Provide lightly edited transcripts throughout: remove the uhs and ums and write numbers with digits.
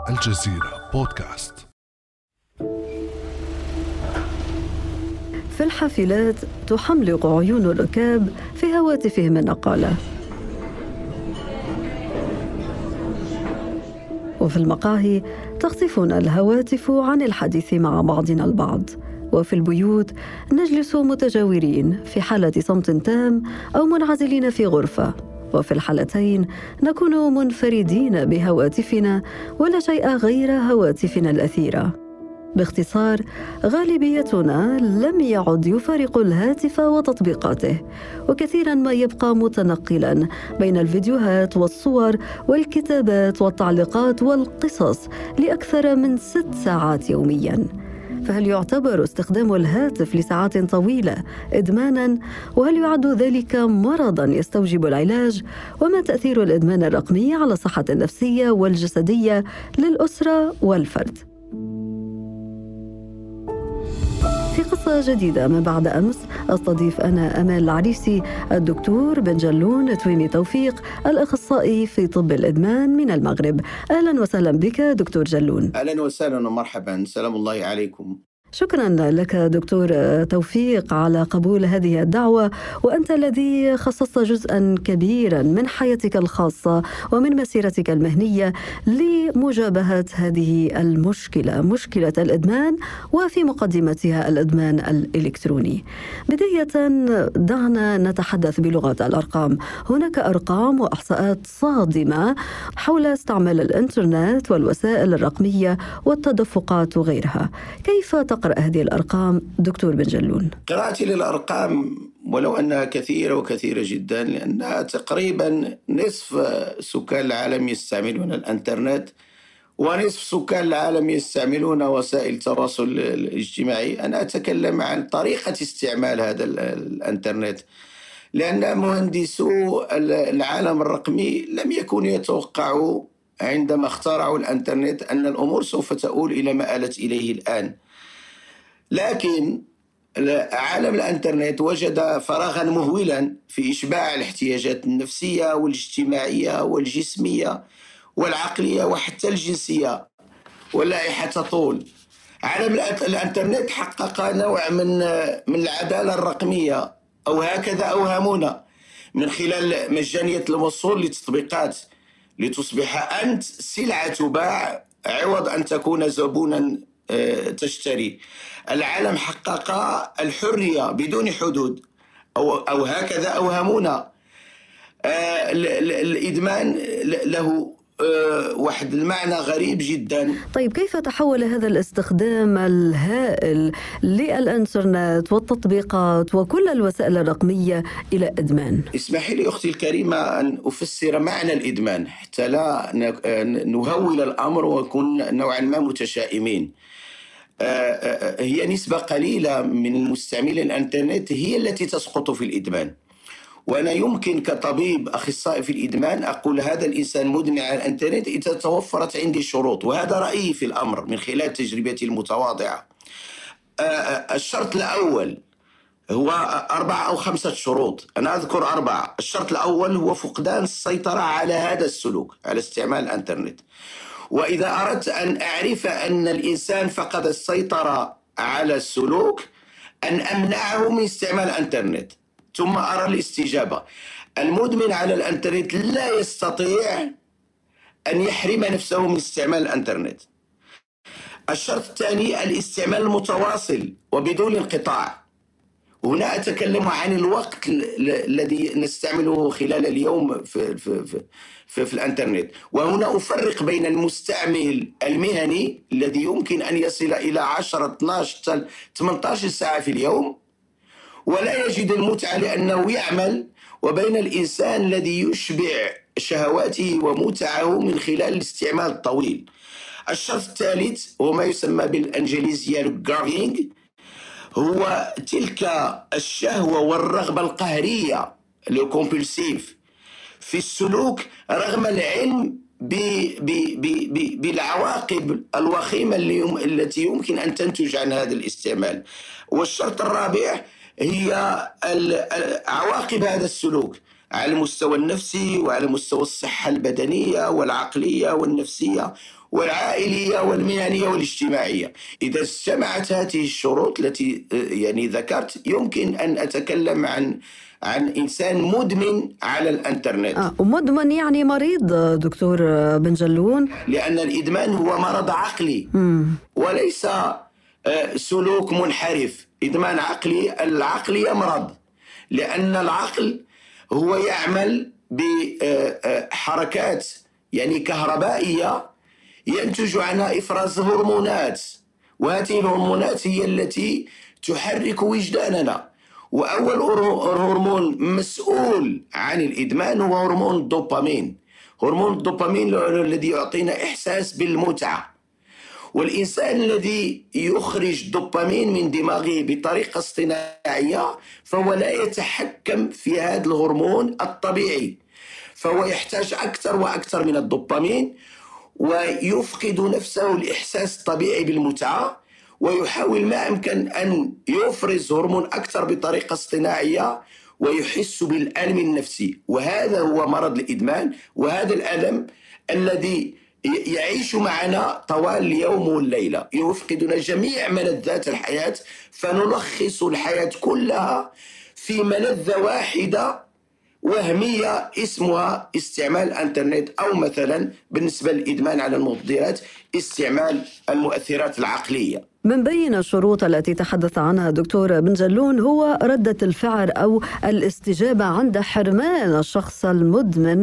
الجزيرة بودكاست. في الحافلات تحملق عيون الركاب في هواتفهم النقالة، وفي المقاهي تخطفنا الهواتف عن الحديث مع بعضنا البعض، وفي البيوت نجلس متجاورين في حالة صمت تام أو منعزلين في غرفة، وفي الحالتين نكون منفردين بهواتفنا ولا شيء غير هواتفنا الأثيرة. باختصار، غالبيتنا لم يعد يفارق الهاتف وتطبيقاته، وكثيرا ما يبقى متنقلا بين الفيديوهات والصور والكتابات والتعليقات والقصص لأكثر من 6 ساعات يوميا. فهل يعتبر استخدام الهاتف لساعات طويلة إدمانا؟ وهل يعد ذلك مرضا يستوجب العلاج؟ وما تأثير الإدمان الرقمي على الصحة النفسية والجسدية للأسرة والفرد؟ في قصة جديدة من بعد أمس أستضيف أنا أمال العريسي الدكتور بنجلون تويمي توفيق، الأخصائي في طب الإدمان من المغرب. أهلا وسهلا بك دكتور جلون. أهلا وسهلا ومرحبا، سلام الله عليكم. شكرا لك دكتور توفيق على قبول هذه الدعوة، وأنت الذي خصصت جزءا كبيرا من حياتك الخاصة ومن مسيرتك المهنية لمجابهة هذه المشكلة، مشكلة الإدمان، وفي مقدمتها الإدمان الإلكتروني. بداية دعنا نتحدث بلغة الأرقام. هناك أرقام وإحصاءات صادمة حول استعمال الإنترنت والوسائل الرقمية والتدفقات وغيرها. كيف تقرأ هذه الأرقام دكتور بنجلون؟ قراءتي للأرقام ولو أنها كثيرة جدا، لأن تقريبا نصف سكان العالم يستعملون الإنترنت ونصف سكان العالم يستعملون وسائل التواصل الاجتماعي. أنا أتكلم عن طريقة استعمال هذا الإنترنت، لأن مهندسو العالم الرقمي لم يكونوا يتوقعوا عندما اخترعوا الإنترنت أن الأمور سوف تؤول إلى ما آلت إليه الآن. لكن عالم الإنترنت وجد فراغا مهولا في إشباع الاحتياجات النفسية والاجتماعية والجسمية والعقلية وحتى الجنسية، واللائحة تطول. عالم الإنترنت حقق نوع من العدالة الرقمية، أو هكذا أوهمونا، من خلال مجانية الوصول لتطبيقات لتصبح أنت سلعة تباع عوض أن تكون زبونا تشتري. العالم حقق الحرية بدون حدود، أو هكذا أوهمونا. الإدمان له واحد المعنى غريب جدا. طيب، كيف تحول هذا الاستخدام الهائل للإنترنت والتطبيقات وكل الوسائل الرقمية إلى إدمان؟ اسمحي لي أختي الكريمة أن أفسر معنى الإدمان حتى لا نهول الأمر ونكون نوعا ما متشائمين. هي نسبة قليلة من مستعملي الإنترنت هي التي تسقط في الإدمان، وأنا يمكن كطبيب أخصائي في الإدمان أقول هذا الإنسان مدمن على الإنترنت إذا توفرت عندي شروط، وهذا رأيي في الأمر من خلال تجربتي المتواضعة. الشرط الأول هو 4 أو 5 شروط، أنا أذكر 4. الشرط الأول هو فقدان السيطرة على هذا السلوك، على استعمال الإنترنت. وإذا أردت أن أعرف أن الإنسان فقد السيطرة على السلوك، أن أمنعه من استعمال الإنترنت، ثم أرى الاستجابة. المدمن على الإنترنت لا يستطيع أن يحرم نفسه من استعمال الإنترنت. الشرط الثاني الاستعمال المتواصل وبدون انقطاع. هنا أتكلم عن الوقت الذي نستعمله خلال اليوم في الإنترنت، وهنا أفرق بين المستعمل المهني الذي يمكن أن يصل إلى 10 12 18 ساعة في اليوم ولا يجد المتعة لأنه يعمل، وبين الإنسان الذي يشبع شهواته ومتعه من خلال الاستعمال الطويل. الشرط الثالث هو ما يسمى بالإنجليزية الجرافينج، هو تلك الشهوة والرغبة القهرية الكومبulsيف في السلوك رغم العلم بالعواقب الوخيمة التي يمكن أن تنتج عن هذا الاستعمال. والشرط الرابع هي عواقب هذا السلوك. على المستوى النفسي وعلى مستوى الصحة البدنية والعقلية والنفسية والعائلية والمهنية والاجتماعية. إذا اجتمعت هذه الشروط التي يعني ذكرت، يمكن أن أتكلم عن إنسان مدمن على الإنترنت. ومدمن يعني مريض دكتور بن جلون؟ لأن الإدمان هو مرض عقلي وليس سلوك منحرف. إدمان عقلي، العقل يمرض لأن العقل هو يعمل بحركات يعني كهربائية ينتج عنها إفراز هرمونات، وهذه الهرمونات هي التي تحرك وجداننا. وأول هرمون مسؤول عن الإدمان هو هرمون الدوبامين. هرمون الدوبامين الذي يعطينا إحساس بالمتعة، والإنسان الذي يخرج الدوبامين من دماغه بطريقة اصطناعية فهو لا يتحكم في هذا الهرمون الطبيعي، فهو يحتاج أكثر وأكثر من الدوبامين، ويفقد نفسه الإحساس الطبيعي بالمتعة، ويحاول ما أمكن أن يفرز هرمون أكثر بطريقة اصطناعية ويحس بالألم النفسي. وهذا هو مرض الإدمان، وهذا الألم الذي يعيش معنا طوال اليوم والليلة، يفقدنا جميع ملذات الحياة، فنلخص الحياة كلها في ملذة واحدة وهمية اسمها استعمال الإنترنت، أو مثلا بالنسبة للإدمان على المخدرات استعمال المؤثرات العقلية. من بين الشروط التي تحدث عنها دكتور بن جلون هو ردة الفعل أو الاستجابة عند حرمان الشخص المدمن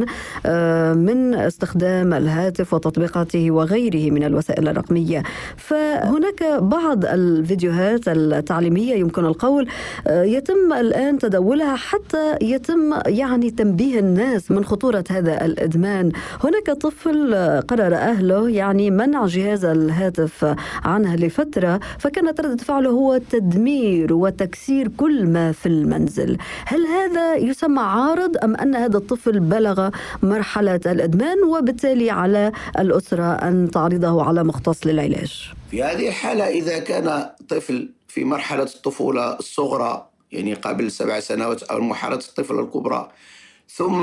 من استخدام الهاتف وتطبيقاته وغيره من الوسائل الرقمية. فهناك بعض الفيديوهات التعليمية يمكن القول يتم الآن تداولها حتى يتم يعني تنبيه الناس من خطورة هذا الإدمان. هناك طفل قرر أهله يعني منع جهاز الهاتف عنه لفترة، فكانت ردة فعله هو تدمير وتكسير كل ما في المنزل. هل هذا يسمى عارض أم أن هذا الطفل بلغ مرحلة الإدمان وبالتالي على الأسرة أن تعرضه على مختص للعلاج؟ في هذه الحالة إذا كان طفل في مرحلة الطفولة الصغرى يعني قبل 7 سنوات أو مرحلة الطفولة الكبرى ثم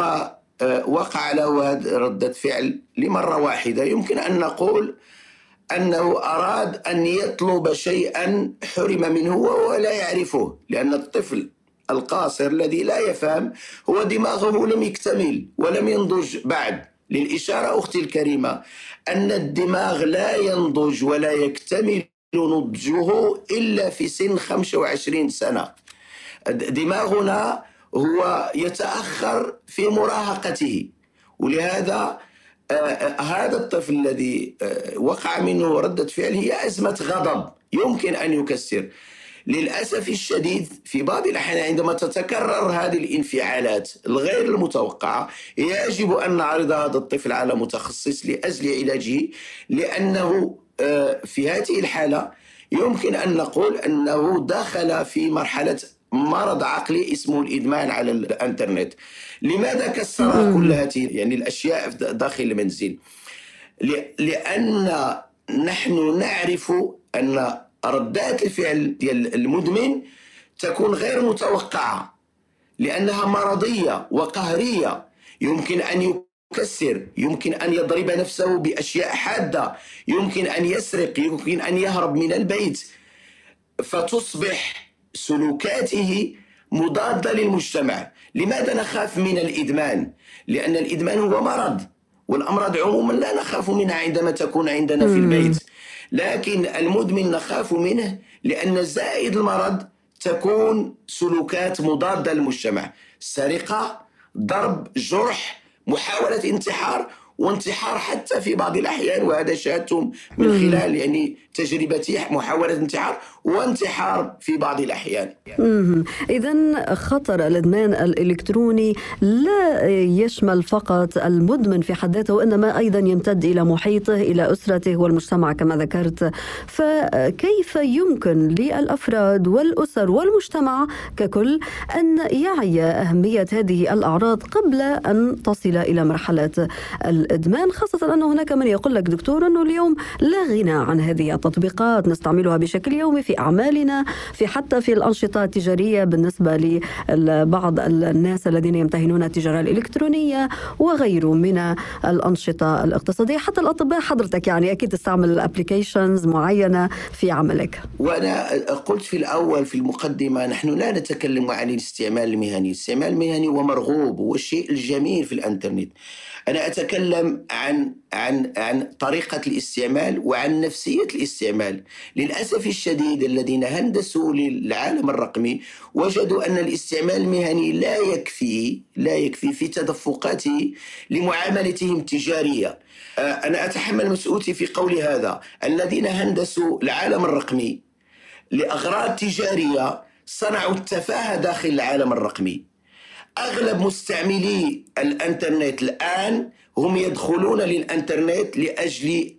وقع له ردة فعل لمرة واحدة، يمكن أن نقول أنه أراد أن يطلب شيئا حرم منه وهو لا يعرفه، لأن الطفل القاصر الذي لا يفهم هو دماغه لم يكتمل ولم ينضج بعد. للإشارة أختي الكريمة أن الدماغ لا ينضج ولا يكتمل نضجه إلا في سن 25 سنة. دماغنا هو يتأخر في مراهقته، ولهذا هذا الطفل الذي وقع منه ردة فعل هي أزمة غضب يمكن أن يكسر. للأسف الشديد في بعض الأحيان عندما تتكرر هذه الانفعالات الغير المتوقعة يجب أن نعرض هذا الطفل على متخصص لأجل علاجه، لأنه في هذه الحالة يمكن أن نقول أنه دخل في مرحلة مرض عقلي اسمه الإدمان على الإنترنت. لماذا كسر كل هذه يعني الأشياء داخل المنزل؟ لأن نحن نعرف أن ردات الفعل ديال المدمن تكون غير متوقعة، لأنها مرضية وقهرية. يمكن أن يكسر، يمكن أن يضرب نفسه بأشياء حادة، يمكن أن يسرق، يمكن أن يهرب من البيت، فتصبح سلوكاته مضادة للمجتمع. لماذا نخاف من الإدمان؟ لأن الإدمان هو مرض، والأمراض عموما لا نخاف منها عندما تكون عندنا في البيت، لكن المدمن نخاف منه لأن زائد المرض تكون سلوكات مضادة للمجتمع: سرقة، ضرب، جرح، محاولة انتحار، وانتحار حتى في بعض الأحيان، وهذا شاهدتم من خلال يعني تجربتي محاولة انتحار وانتحار في بعض الأحيان. إذن خطر الإدمان الإلكتروني لا يشمل فقط المدمن في حد ذاته، وإنما أيضا يمتد إلى محيطه، إلى أسرته والمجتمع كما ذكرت. فكيف يمكن للأفراد والأسر والمجتمع ككل أن يعي أهمية هذه الأعراض قبل أن تصل إلى مرحلة الإدمان؟ الإدمان، خاصة أنه هناك من يقول لك دكتور أنه اليوم لا غنى عن هذه التطبيقات، نستعملها بشكل يومي في أعمالنا، حتى في الأنشطة التجارية بالنسبة لبعض الناس الذين يمتهنون التجارة الإلكترونية وغيره من الأنشطة الاقتصادية. حتى الأطباء حضرتك يعني أكيد تستعمل أبليكيشنز معينة في عملك. وأنا قلت في الأول في المقدمة نحن لا نتكلم عن الاستعمال المهني. الاستعمال المهني هو مرغوب، هو الشيء الجميل في الإنترنت. أنا أتكلم عن طريقة الاستعمال وعن نفسية الاستعمال. للأسف الشديد الذين هندسوا للعالم الرقمي وجدوا أن الاستعمال المهني لا يكفي في تدفقاته لمعاملتهم التجارية. أنا أتحمل مسؤوليتي في قول هذا. الذين هندسوا العالم الرقمي لأغراض تجارية صنعوا التفاهة داخل العالم الرقمي. أغلب مستعملي الإنترنت الآن هم يدخلون للإنترنت لأجل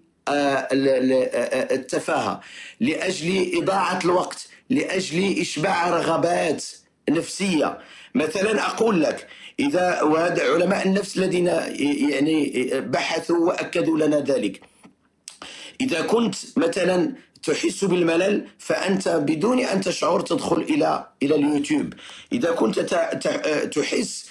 التفاهة، لأجل إضاعة الوقت، لأجل إشباع رغبات نفسية. مثلا أقول لك، إذا وهذا علماء النفس الذين يعني بحثوا وأكدوا لنا ذلك، إذا كنت مثلا تحس بالملل فأنت بدون أن تشعر تدخل إلى اليوتيوب. إذا كنت تحس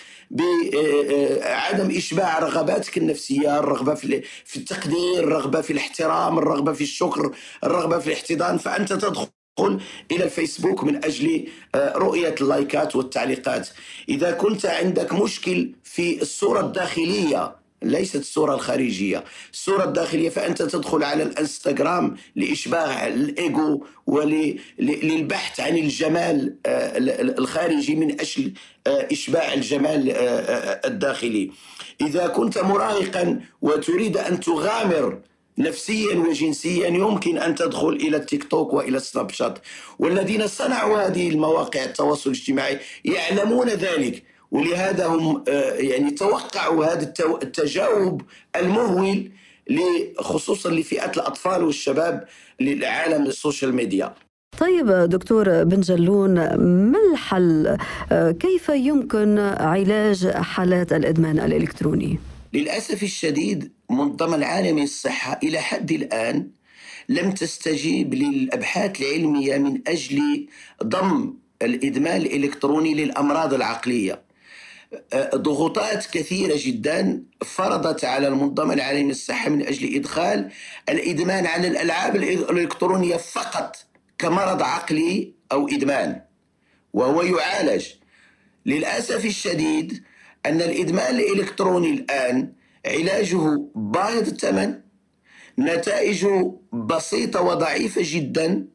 بعدم إشباع رغباتك النفسية، الرغبة في التقدير، الرغبة في الاحترام، الرغبة في الشكر، الرغبة في الاحتضان، فأنت تدخل إلى الفيسبوك من أجل رؤية اللايكات والتعليقات. إذا كنت عندك مشكل في الصورة الداخلية، ليست الصورة الخارجية، الصورة الداخلية، فأنت تدخل على الانستغرام لإشباع الإيجو وللبحث عن الجمال الخارجي من أجل إشباع الجمال الداخلي. إذا كنت مراهقا وتريد أن تغامر نفسيا وجنسيا يمكن أن تدخل إلى التيك توك وإلى السناب شات. والذين صنعوا هذه المواقع التواصل الاجتماعي يعلمون ذلك، ولهذا هم يعني توقعوا هذا التجاوب المهول خصوصا لفئة الأطفال والشباب للعالم السوشيال ميديا. طيب دكتور بن جلون، ما الحل؟ كيف يمكن علاج حالات الإدمان الإلكتروني؟ للأسف الشديد منظمة العالمي للصحة إلى حد الآن لم تستجيب للأبحاث العلمية من أجل ضم الإدمان الإلكتروني للأمراض العقلية. ضغوطات كثيرة جدا فرضت على المنظمة العالمية للصحة من أجل إدخال الإدمان على الألعاب الإلكترونية فقط كمرض عقلي أو إدمان، وهو يعالج. للأسف الشديد أن الإدمان الإلكتروني الآن علاجه باهظ الثمن، نتائجه بسيطة وضعيفة جدا،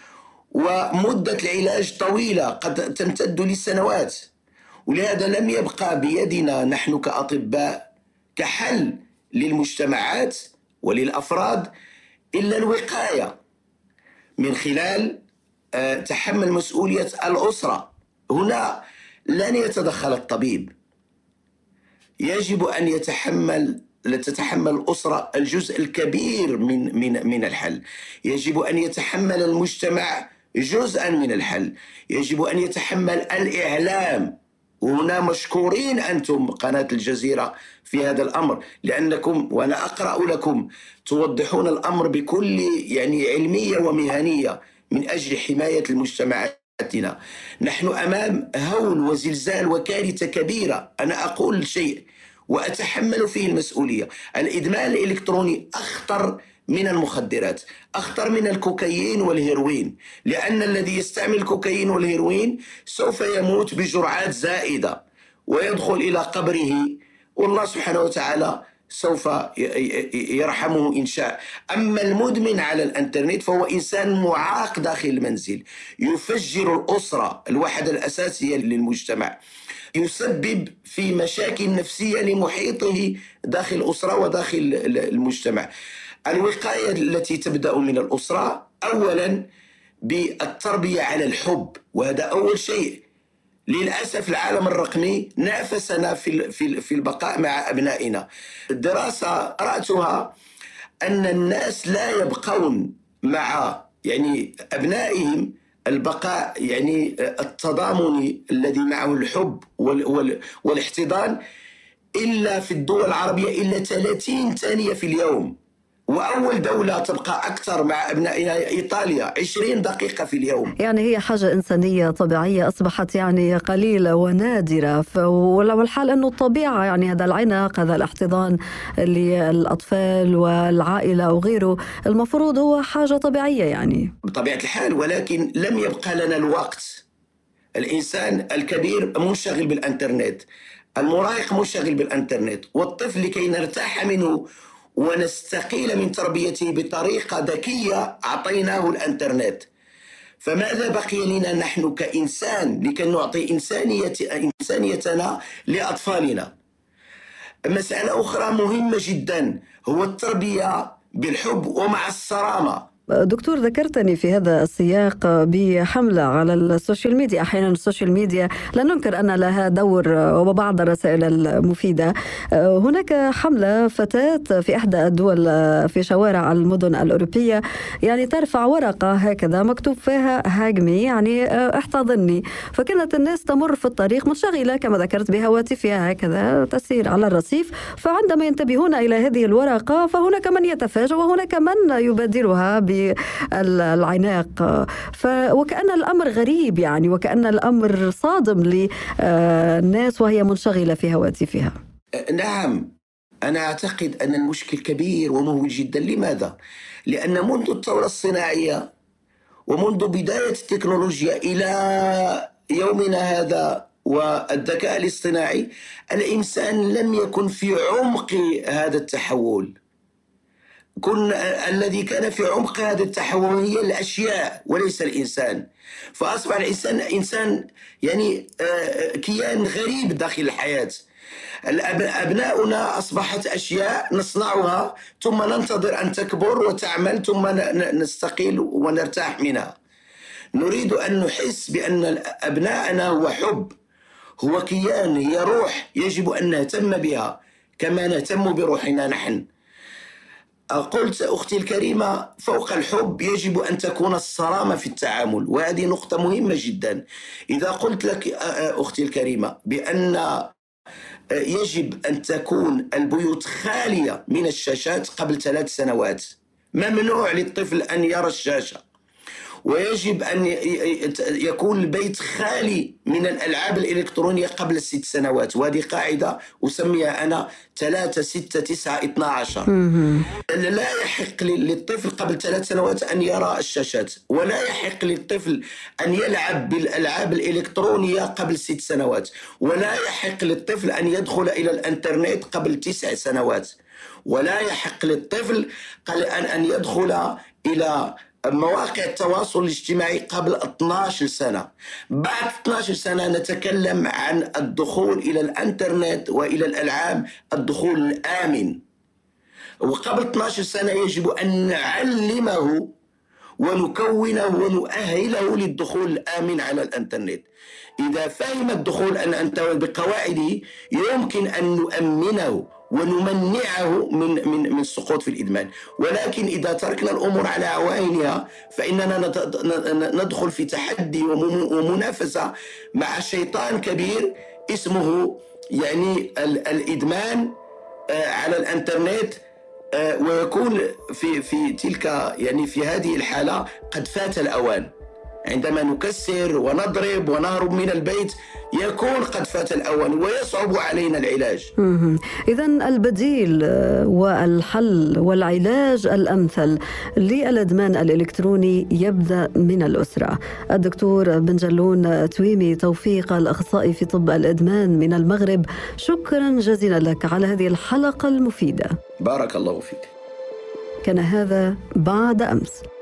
ومدة العلاج طويلة قد تمتد لسنوات. ولهذا لم يبقى بيدنا نحن كأطباء كحل للمجتمعات وللأفراد إلا الوقاية من خلال تحمل مسؤولية الأسرة. هنا لن يتدخل الطبيب، يجب أن تتحمل الأسرة الجزء الكبير من الحل. يجب أن يتحمل المجتمع جزءا من الحل. يجب أن يتحمل الإعلام. وهنا مشكورين أنتم قناة الجزيرة في هذا الأمر، لأنكم وأنا أقرأ لكم توضحون الأمر بكل يعني علمية ومهنية من أجل حماية المجتمعاتنا. نحن أمام هول وزلزال وكارثة كبيرة. أنا أقول شيء وأتحمل فيه المسؤولية. الإدمان الإلكتروني أخطر من المخدرات، أخطر من الكوكايين والهيروين، لأن الذي يستعمل الكوكايين والهيروين سوف يموت بجرعات زائدة ويدخل إلى قبره، والله سبحانه وتعالى سوف يرحمه إن شاء. أما المدمن على الإنترنت فهو إنسان معاق داخل المنزل، يفجر الأسرة، الوحدة الأساسية للمجتمع، يسبب في مشاكل نفسية لمحيطه داخل الأسرة وداخل المجتمع. الوقاية التي تبدأ من الأسرة أولا بالتربية على الحب، وهذا أول شيء. للأسف العالم الرقمي نافسنا في البقاء مع أبنائنا. الدراسة قرأتها أن الناس لا يبقون مع يعني أبنائهم البقاء يعني التضامني الذي معه الحب والاحتضان إلا في الدول العربية إلا 30 ثانية في اليوم، وأول دولة تبقى أكثر مع أبنائها إيطاليا 20 دقيقة في اليوم. يعني هي حاجة إنسانية طبيعية أصبحت يعني قليلة ونادرة، والحال أنه الطبيعة يعني هذا العناق، هذا الاحتضان للأطفال والعائلة وغيره المفروض هو حاجة طبيعية يعني بطبيعة الحال، ولكن لم يبقى لنا الوقت. الإنسان الكبير منشغل بالإنترنت، المراهق منشغل بالإنترنت، والطفل لكي نرتاح منه ونستقيل من تربيته بطريقة ذكية أعطيناه الإنترنت. فماذا بقي لنا نحن كإنسان لكي نعطي إنسانيتنا لأطفالنا؟ مسألة أخرى مهمة جدا هو التربية بالحب ومع الصرامة. دكتور، ذكرتني في هذا السياق بحملة على السوشيال ميديا. أحيانا السوشيال ميديا لا ننكر أن لها دور وبعض الرسائل المفيدة. هناك حملة فتاة في إحدى الدول في شوارع المدن الأوروبية يعني ترفع ورقة هكذا مكتوب فيها هاجمي يعني احتضني، فكانت الناس تمر في الطريق منشغلة كما ذكرت بهواتفها هكذا تسير على الرصيف، فعندما ينتبهون إلى هذه الورقة فهناك من يتفاجأ وهناك من يبادرها بالعناق، وكأن الأمر غريب يعني، وكأن الأمر صادم للناس وهي منشغلة في هواتفها. نعم، أنا أعتقد أن المشكل كبير ومهول جدا. لماذا؟ لأن منذ الثورة الصناعية ومنذ بداية التكنولوجيا إلى يومنا هذا والذكاء الاصطناعي الإنسان لم يكن في عمق هذا التحول. الذي كان في عمق هذا التحول هي الأشياء وليس الإنسان. فأصبح الإنسان إنسان يعني كيان غريب داخل الحياة. أبناؤنا أصبحت أشياء نصنعها ثم ننتظر أن تكبر وتعمل ثم نستقيل ونرتاح منها. نريد أن نحس بأن أبناءنا هو حب، هو كيان، هي روح يجب أن نهتم بها كما نهتم بروحنا نحن. قلت أختي الكريمة فوق الحب يجب أن تكون الصرامة في التعامل، وهذه نقطة مهمة جدا. إذا قلت لك أختي الكريمة بأن يجب أن تكون البيوت خالية من الشاشات قبل 3 سنوات، ممنوع للطفل أن يرى الشاشة، ويجب أن يكون البيت خالي من الألعاب الإلكترونية قبل 6 سنوات، وهذه قاعدة أسميها أنا 3 6 9 12. لا يحق للطفل قبل 3 سنوات أن يرى الشاشات، ولا يحق للطفل أن يلعب بالألعاب الإلكترونية قبل 6 سنوات، ولا يحق للطفل أن يدخل إلى الإنترنت قبل 9 سنوات، ولا يحق للطفل أن يدخل إلى مواقع التواصل الاجتماعي قبل 12 سنة. بعد 12 سنة نتكلم عن الدخول إلى الإنترنت وإلى الألعاب، الدخول الآمن. وقبل 12 سنة يجب أن نعلمه ونكونه ونؤهله للدخول الآمن على الإنترنت. إذا فهم الدخول الإنترنت بقواعده يمكن أن نؤمنه ونمنعه من السقوط في الإدمان. ولكن إذا تركنا الأمور على عوائلها فإننا ندخل في تحدي ومنافسة مع شيطان كبير اسمه يعني الإدمان على الإنترنت، ويكون في تلك يعني في هذه الحالة قد فات الأوان. عندما نكسر ونضرب ونهرب من البيت يكون قد فات الأوان ويصعب علينا العلاج. إذن البديل والحل والعلاج الأمثل للإدمان الإلكتروني يبدأ من الأسرة. الدكتور بنجلون تويمي توفيق، الأخصائي في طب الإدمان من المغرب، شكرا جزيلا لك على هذه الحلقة المفيدة. بارك الله فيك. كان هذا بعد أمس.